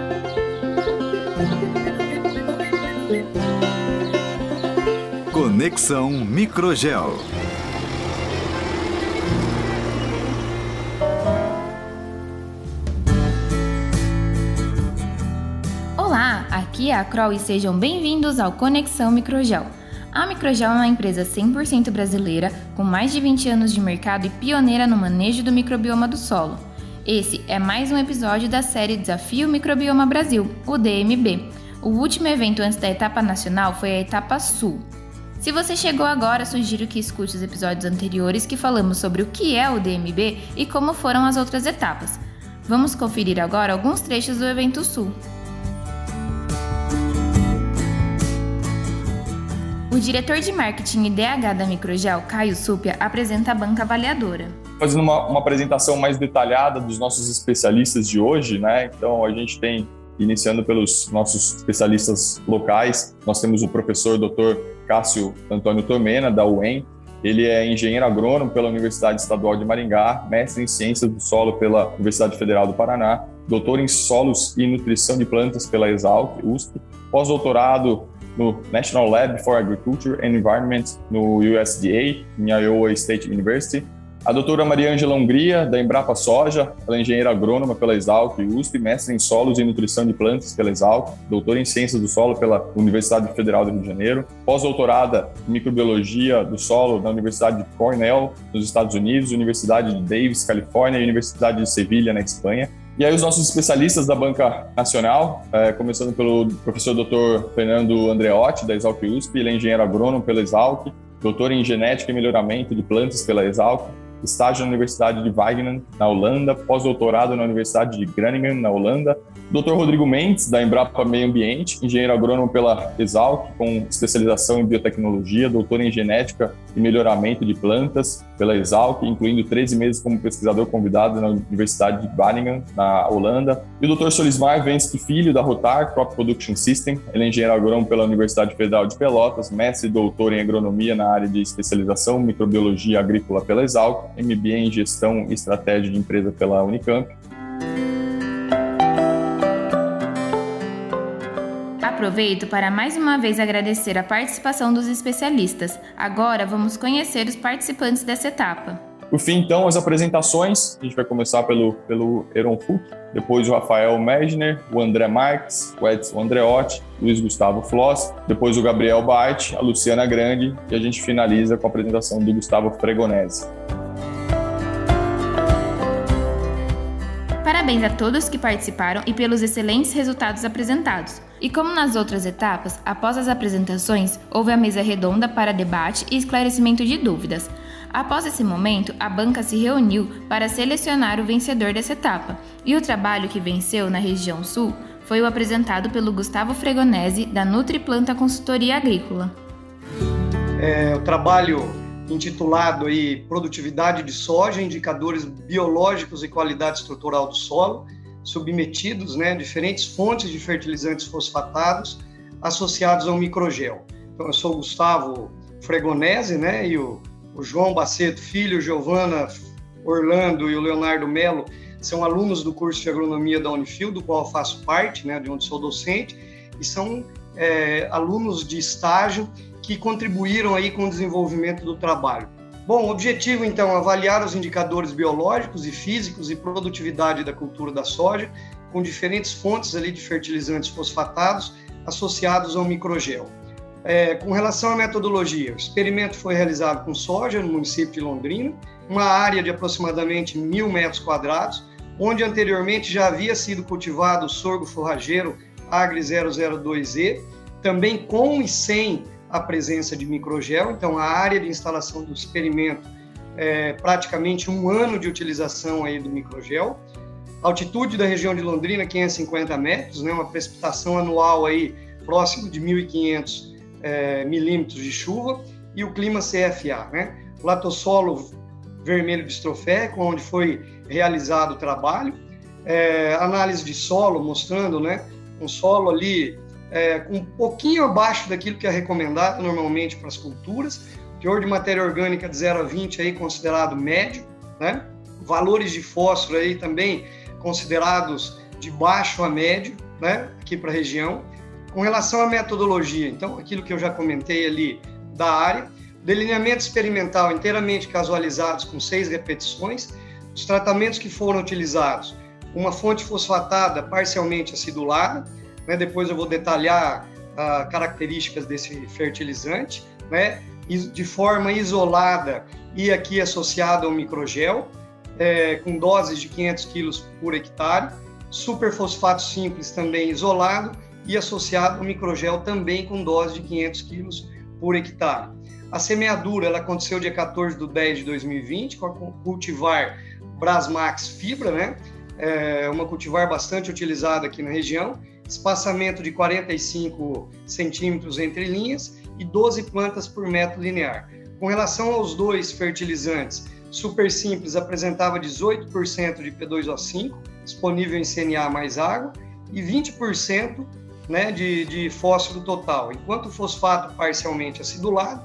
Conexão Microgel. Olá, aqui é a Kroll e sejam bem-vindos ao Conexão Microgel. A Microgel é uma empresa 100% brasileira, com mais de 20 anos de mercado e pioneira no manejo do microbioma do solo. Esse é mais um episódio da série Desafio Microbioma Brasil, o DMB. O último evento antes da etapa nacional foi a etapa Sul. Se você chegou agora, sugiro que escute os episódios anteriores que falamos sobre o que é o DMB e como foram as outras etapas. Vamos conferir agora alguns trechos do evento Sul. O diretor de marketing e DH da Microgel, Caio Súpia, apresenta a banca avaliadora. Fazendo uma apresentação mais detalhada dos nossos especialistas de hoje, né? Então a gente tem, iniciando pelos nossos especialistas locais, nós temos o professor Dr. Cássio Antônio Tomena, da UEM. Ele é engenheiro agrônomo pela Universidade Estadual de Maringá, mestre em Ciências do Solo pela Universidade Federal do Paraná, doutor em Solos e Nutrição de Plantas pela Exalc, USP, pós-doutorado no National Lab for Agriculture and Environment no USDA, em Iowa State University. A doutora Maria Ângela Hungria, da Embrapa Soja, ela é engenheira agrônoma pela Exalc USP, mestre em Solos e Nutrição de Plantas pela Exalc, doutora em Ciências do Solo pela Universidade Federal do Rio de Janeiro, pós-doutorada em Microbiologia do Solo na Universidade de Cornell, nos Estados Unidos, Universidade de Davis, Califórnia e Universidade de Sevilha, na Espanha. E aí os nossos especialistas da banca nacional, começando pelo professor Dr. Fernando Andreotti, da Exalc USP, ele é engenheiro agrônomo pela Exalc, doutor em Genética e Melhoramento de Plantas pela Exalc, estágio na Universidade de Wageningen, na Holanda, pós-doutorado na Universidade de Groningen, na Holanda. Dr. Rodrigo Mendes, da Embrapa Meio Ambiente, engenheiro agrônomo pela Exalc, com especialização em biotecnologia, doutor em Genética e Melhoramento de Plantas pela Exalc, incluindo 13 meses como pesquisador convidado na Universidade de Wageningen, na Holanda. E o Dr. Solismar Vensky Filho, da Rotar Crop Production System, ele é engenheiro agrônomo pela Universidade Federal de Pelotas, mestre e doutor em agronomia na área de especialização microbiologia agrícola pela Exalc, MBA em Gestão e Estratégia de Empresa pela Unicamp. Aproveito para mais uma vez agradecer a participação dos especialistas. Agora vamos conhecer os participantes dessa etapa. Por fim, então, as apresentações. A gente vai começar pelo Heron Fuch, depois o Rafael Megner, o André Marques, o Edson Andreotti, Luiz Gustavo Floss, depois o Gabriel Bart, a Luciana Grande e a gente finaliza com a apresentação do Gustavo Fregonese. Parabéns a todos que participaram e pelos excelentes resultados apresentados. E como nas outras etapas, após as apresentações, houve a mesa redonda para debate e esclarecimento de dúvidas. Após esse momento, a banca se reuniu para selecionar o vencedor dessa etapa, e o trabalho que venceu na região sul foi o apresentado pelo Gustavo Fregonese, da Nutriplanta Consultoria Agrícola. O trabalho intitulado aí Produtividade de Soja, Indicadores Biológicos e Qualidade Estrutural do Solo, submetidos, diferentes fontes de fertilizantes fosfatados associados ao microgel. Então, eu sou o Gustavo Fregonese, e o João Baceto Filho, Giovana Orlando e o Leonardo Melo são alunos do curso de agronomia da Unifil, do qual eu faço parte, de onde sou docente, e são alunos de estágio que contribuíram aí com o desenvolvimento do trabalho. Bom, o objetivo, então, é avaliar os indicadores biológicos e físicos e produtividade da cultura da soja com diferentes fontes ali de fertilizantes fosfatados associados ao microgel. Com relação à metodologia, o experimento foi realizado com soja no município de Londrina, uma área de aproximadamente 1.000 metros quadrados, onde anteriormente já havia sido cultivado o sorgo forrageiro Agri 002E, também com e sem a presença de microgel. Então, a área de instalação do experimento é praticamente 1 ano de utilização aí do microgel. A altitude da região de Londrina, 550 metros, uma precipitação anual aí próximo de 1.500 milímetros de chuva, e o clima CFA, O latossolo vermelho distroférico, onde foi realizado o trabalho, análise de solo mostrando, um solo ali um pouquinho abaixo daquilo que é recomendado normalmente para as culturas, teor de matéria orgânica de 0 a 20 aí considerado médio, valores de fósforo aí também considerados de baixo a médio, né, aqui para a região. Com relação à metodologia, então, aquilo que eu já comentei ali da área, delineamento experimental inteiramente casualizados com 6 repetições, os tratamentos que foram utilizados, uma fonte fosfatada parcialmente acidulada, né, depois eu vou detalhar características desse fertilizante, né, de forma isolada e aqui associado ao microgel, com doses de 500 kg por hectare, superfosfato simples também isolado e associado ao microgel também com dose de 500 kg por hectare. A semeadura ela aconteceu dia 14/10/2020 com a cultivar Brasmax Fibra, né? Uma cultivar bastante utilizada aqui na região, espaçamento de 45 centímetros entre linhas e 12 plantas por metro linear. Com relação aos dois fertilizantes, Super Simples apresentava 18% de P2O5, disponível em CNA mais água, e 20%, né, de fósforo total, enquanto o fosfato parcialmente acidulado,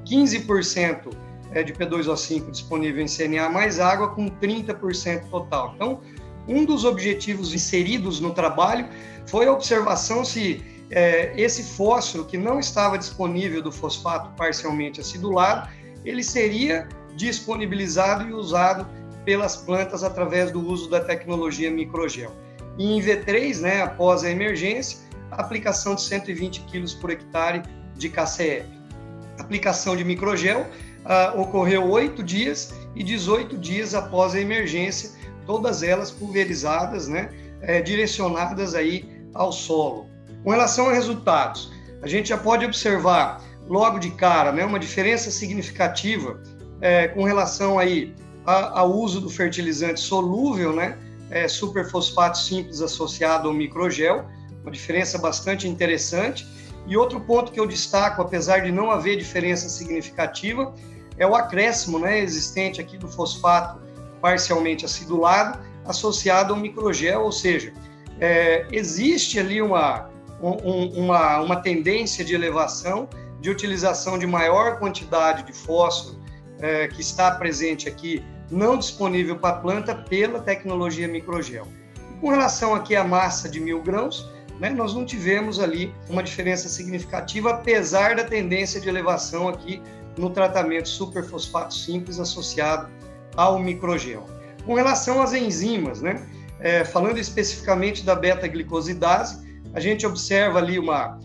15% de P2O5 disponível em CNA mais água, com 30% total. Então, um dos objetivos inseridos no trabalho foi a observação se esse fósforo que não estava disponível do fosfato parcialmente acidulado, ele seria disponibilizado e usado pelas plantas através do uso da tecnologia microgel. E em V3, né, após a emergência, a aplicação de 120 kg por hectare de KCF. A aplicação de microgel ocorreu 8 dias e 18 dias após a emergência, todas elas pulverizadas, né, direcionadas aí ao solo. Com relação a resultados, a gente já pode observar logo de cara, né, uma diferença significativa com relação aí ao uso do fertilizante solúvel, né, superfosfato simples associado ao microgel, uma diferença bastante interessante. E outro ponto que eu destaco, apesar de não haver diferença significativa, é o acréscimo, né, existente aqui do fosfato parcialmente acidulado associado ao microgel, ou seja, existe ali uma tendência de elevação, de utilização de maior quantidade de fósforo que está presente aqui, não disponível para a planta pela tecnologia microgel. E com relação aqui à massa de 1.000 grãos, né, nós não tivemos ali uma diferença significativa, apesar da tendência de elevação aqui no tratamento superfosfato simples associado ao microgel. Com relação às enzimas, né, falando especificamente da beta-glicosidase, a gente observa ali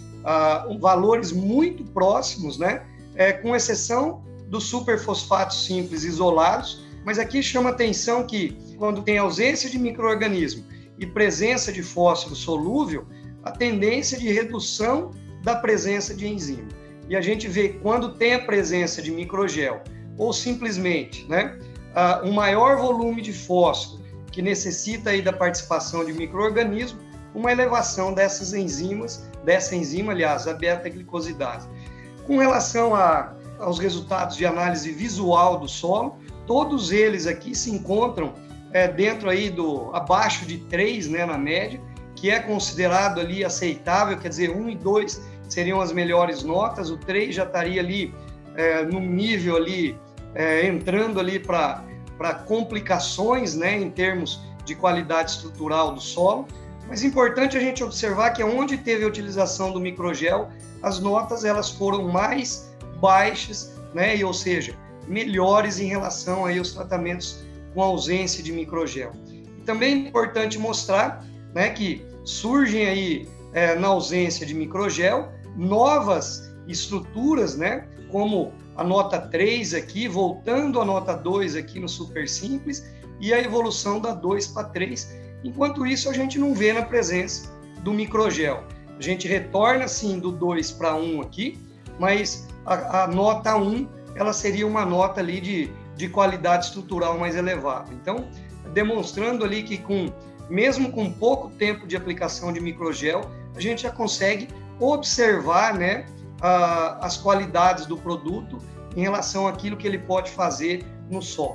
valores muito próximos, né, com exceção dos superfosfatos simples isolados, mas aqui chama atenção que quando tem ausência de micro-organismo e presença de fósforo solúvel, a tendência de redução da presença de enzima. E a gente vê quando tem a presença de microgel ou simplesmente, né, um maior volume de fósforo que necessita aí da participação de micro-organismo, uma elevação dessas enzimas, dessa enzima, aliás, a beta-glicosidase. Com relação aos resultados de análise visual do solo, todos eles aqui se encontram dentro aí abaixo de 3, né, na média, que é considerado ali aceitável, quer dizer, 1 e 2 seriam as melhores notas, o 3 já estaria ali no nível ali, entrando ali para complicações, né, em termos de qualidade estrutural do solo. Mas é importante a gente observar que onde teve a utilização do microgel, as notas elas foram mais baixas, né, ou seja, melhores em relação aí aos tratamentos com ausência de microgel. E também é importante mostrar, né, que surgem aí, na ausência de microgel, novas estruturas, né, como a nota 3 aqui, voltando à nota 2 aqui no Super Simples, e a evolução da 2 para 3. Enquanto isso, a gente não vê na presença do microgel. A gente retorna, sim, do 2 para 1 aqui, mas a nota 1, ela seria uma nota ali de qualidade estrutural mais elevada. Então, demonstrando ali que mesmo com pouco tempo de aplicação de microgel, a gente já consegue observar, né, as qualidades do produto em relação àquilo que ele pode fazer no solo.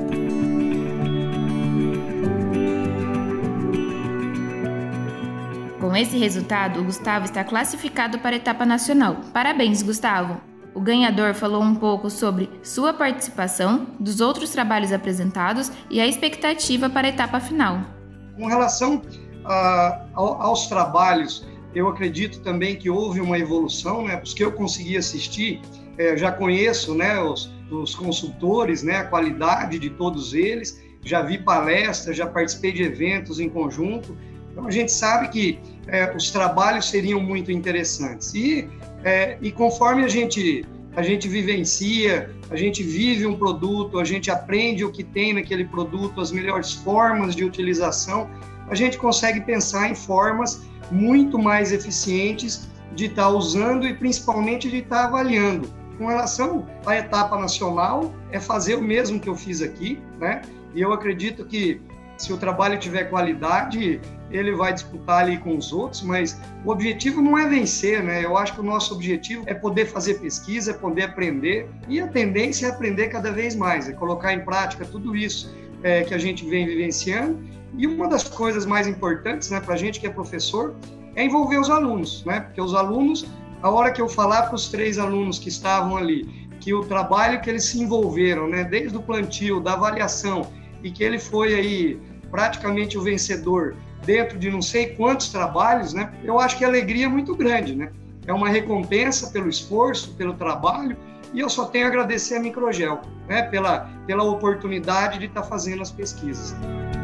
Com esse resultado, o Gustavo está classificado para a etapa nacional. Parabéns, Gustavo! O ganhador falou um pouco sobre sua participação, dos outros trabalhos apresentados e a expectativa para a etapa final. Com relação aos trabalhos, eu acredito também que houve uma evolução, né? Os que eu consegui assistir, já conheço, né, os consultores, né, a qualidade de todos eles, já vi palestras, já participei de eventos em conjunto, então a gente sabe que os trabalhos seriam muito interessantes. E conforme a gente vivencia, a gente vive um produto, a gente aprende o que tem naquele produto, as melhores formas de utilização, a gente consegue pensar em formas muito mais eficientes de estar usando e principalmente de estar avaliando. Com relação à etapa nacional, é fazer o mesmo que eu fiz aqui, né? E eu acredito que se o trabalho tiver qualidade, ele vai disputar ali com os outros, mas o objetivo não é vencer, né? Eu acho que o nosso objetivo é poder fazer pesquisa, é poder aprender, e a tendência é aprender cada vez mais, é colocar em prática tudo isso que a gente vem vivenciando. E uma das coisas mais importantes, né, para a gente que é professor, é envolver os alunos, né? Porque os alunos, a hora que eu falar para os 3 alunos que estavam ali, que o trabalho que eles se envolveram, né, desde o plantio, da avaliação, e que ele foi aí praticamente o vencedor dentro de não sei quantos trabalhos, né? Eu acho que a alegria é muito grande, né? É uma recompensa pelo esforço, pelo trabalho, e eu só tenho a agradecer a Microgel, né, pela oportunidade de estar fazendo as pesquisas.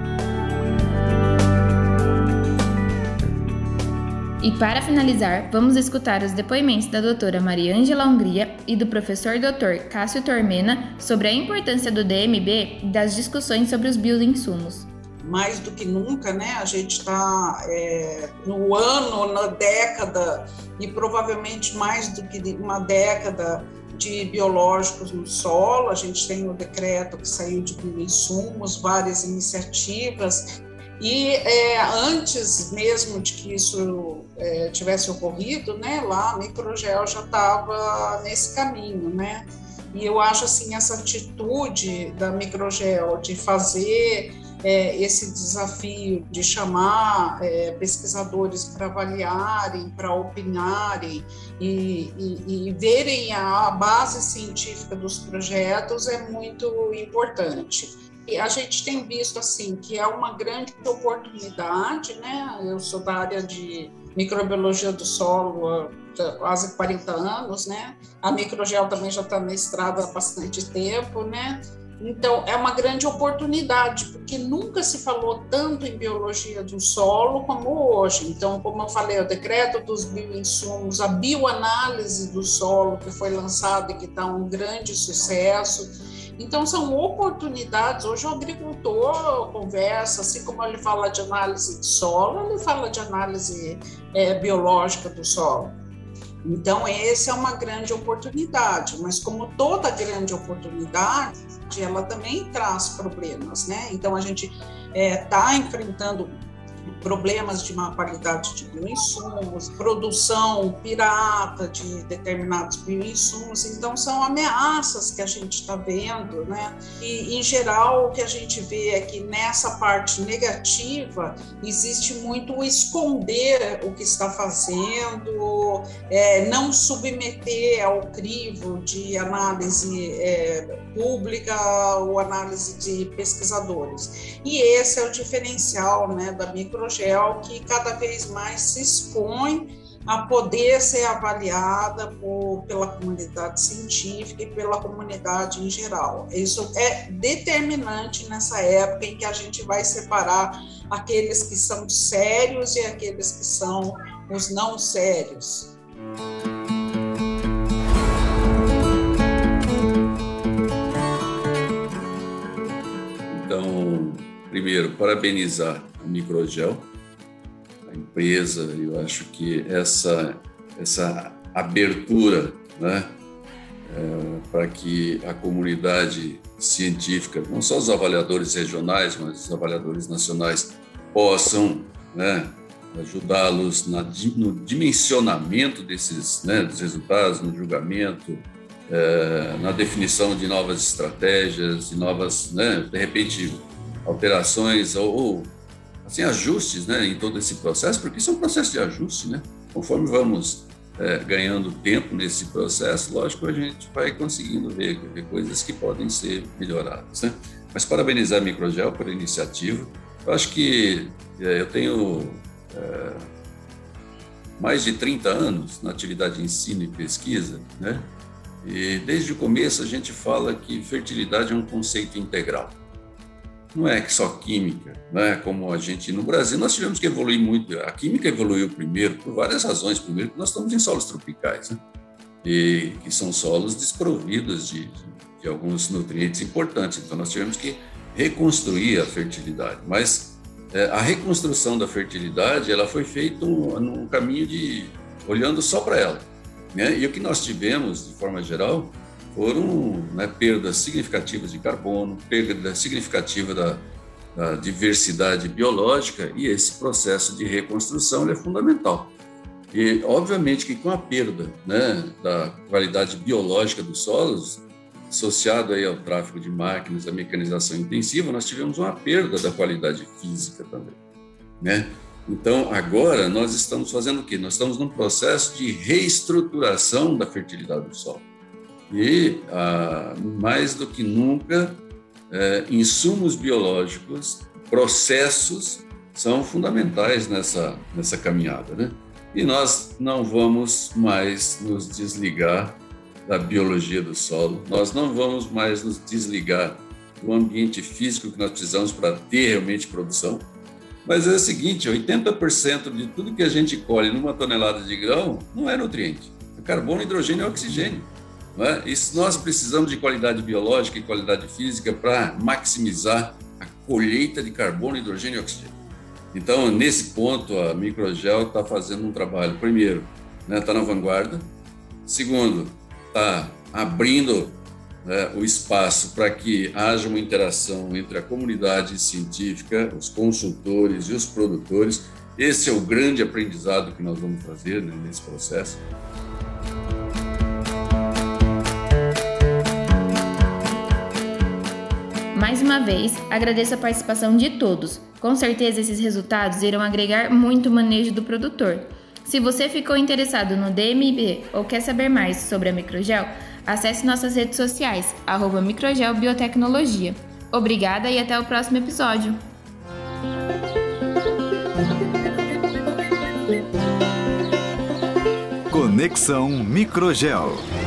E para finalizar, vamos escutar os depoimentos da doutora Mariângela Hungria e do professor Dr. Cássio Tormena sobre a importância do DMB e das discussões sobre os bioinsumos. Mais do que nunca, né? A gente está no ano, na década, e provavelmente mais do que uma década de biológicos no solo. A gente tem o decreto que saiu de bioinsumos, várias iniciativas. E antes mesmo de que isso tivesse ocorrido, né, lá a Microgel já estava nesse caminho, né? E eu acho assim, essa atitude da Microgel de fazer esse desafio de chamar pesquisadores para avaliarem, para opinarem e verem a base científica dos projetos é muito importante. E a gente tem visto assim que é uma grande oportunidade, né? Eu sou da área de microbiologia do solo há quase 40 anos, né? A Microgel também já está na estrada há bastante tempo, né? Então, é uma grande oportunidade, porque nunca se falou tanto em biologia do solo como hoje. Então, como eu falei, o decreto dos bioinsumos, a bioanálise do solo que foi lançada e que está um grande sucesso. Então, são oportunidades. Hoje o agricultor conversa, assim como ele fala de análise de solo, ele fala de análise biológica do solo. Então, essa é uma grande oportunidade, mas como toda grande oportunidade, ela também traz problemas, né? Então, a gente está enfrentando problemas de má qualidade de bioinsumos, produção pirata de determinados bioinsumos, então são ameaças que a gente está vendo, né? E, em geral, o que a gente vê é que nessa parte negativa existe muito o esconder o que está fazendo, não submeter ao crivo de análise pública ou análise de pesquisadores. E esse é o diferencial, né, da Microgel, que cada vez mais se expõe a poder ser avaliada pela comunidade científica e pela comunidade em geral. Isso é determinante nessa época em que a gente vai separar aqueles que são sérios e aqueles que são os não sérios. Então, primeiro, parabenizar a Microgel, a empresa. Eu acho que essa abertura, né, para que a comunidade científica, não só os avaliadores regionais, mas os avaliadores nacionais, possam, né, ajudá-los no dimensionamento desses, né, dos resultados, no julgamento, na definição de novas estratégias, de novas, né, de repente, alterações ou assim, ajustes, né, em todo esse processo, porque isso é um processo de ajuste, né? Conforme vamos ganhando tempo nesse processo, lógico, a gente vai conseguindo ver coisas que podem ser melhoradas, né? Mas parabenizar a Microgel pela iniciativa, Eu acho que eu tenho mais de 30 anos na atividade de ensino e pesquisa, né? E desde o começo a gente fala que fertilidade é um conceito integral. Não é só química, né? Como a gente no Brasil nós tivemos que evoluir muito. A química evoluiu primeiro por várias razões. Primeiro, que nós estamos em solos tropicais, né? E que são solos desprovidos de alguns nutrientes importantes. Então nós tivemos que reconstruir a fertilidade. Mas a reconstrução da fertilidade ela foi feita num caminho de olhando só para ela, né? E o que nós tivemos, de forma geral, foram, né, perdas significativas de carbono, perda significativa da diversidade biológica, e esse processo de reconstrução ele é fundamental. E, obviamente, que com a perda, né, da qualidade biológica dos solos, associado aí ao tráfego de máquinas, à mecanização intensiva, nós tivemos uma perda da qualidade física também, né? Então, agora nós estamos fazendo o quê? Nós estamos num processo de reestruturação da fertilidade do solo. E, mais do que nunca, insumos biológicos, processos são fundamentais nessa caminhada, né? E nós não vamos mais nos desligar da biologia do solo, nós não vamos mais nos desligar do ambiente físico que nós precisamos para ter realmente produção. Mas é o seguinte, 80% de tudo que a gente colhe numa tonelada de grão não é nutriente. É carbono, hidrogênio e oxigênio. Não é? E nós precisamos de qualidade biológica e qualidade física para maximizar a colheita de carbono, hidrogênio e oxigênio. Então, nesse ponto, a Microgel está fazendo um trabalho, primeiro, né, está na vanguarda. Segundo, está abrindo, né, o espaço para que haja uma interação entre a comunidade científica, os consultores e os produtores. Esse é o grande aprendizado que nós vamos fazer, né, nesse processo. Mais uma vez, agradeço a participação de todos. Com certeza esses resultados irão agregar muito o manejo do produtor. Se você ficou interessado no DMB ou quer saber mais sobre a Microgel, acesse nossas redes sociais, @microgelbiotecnologia. Obrigada e até o próximo episódio. Conexão Microgel.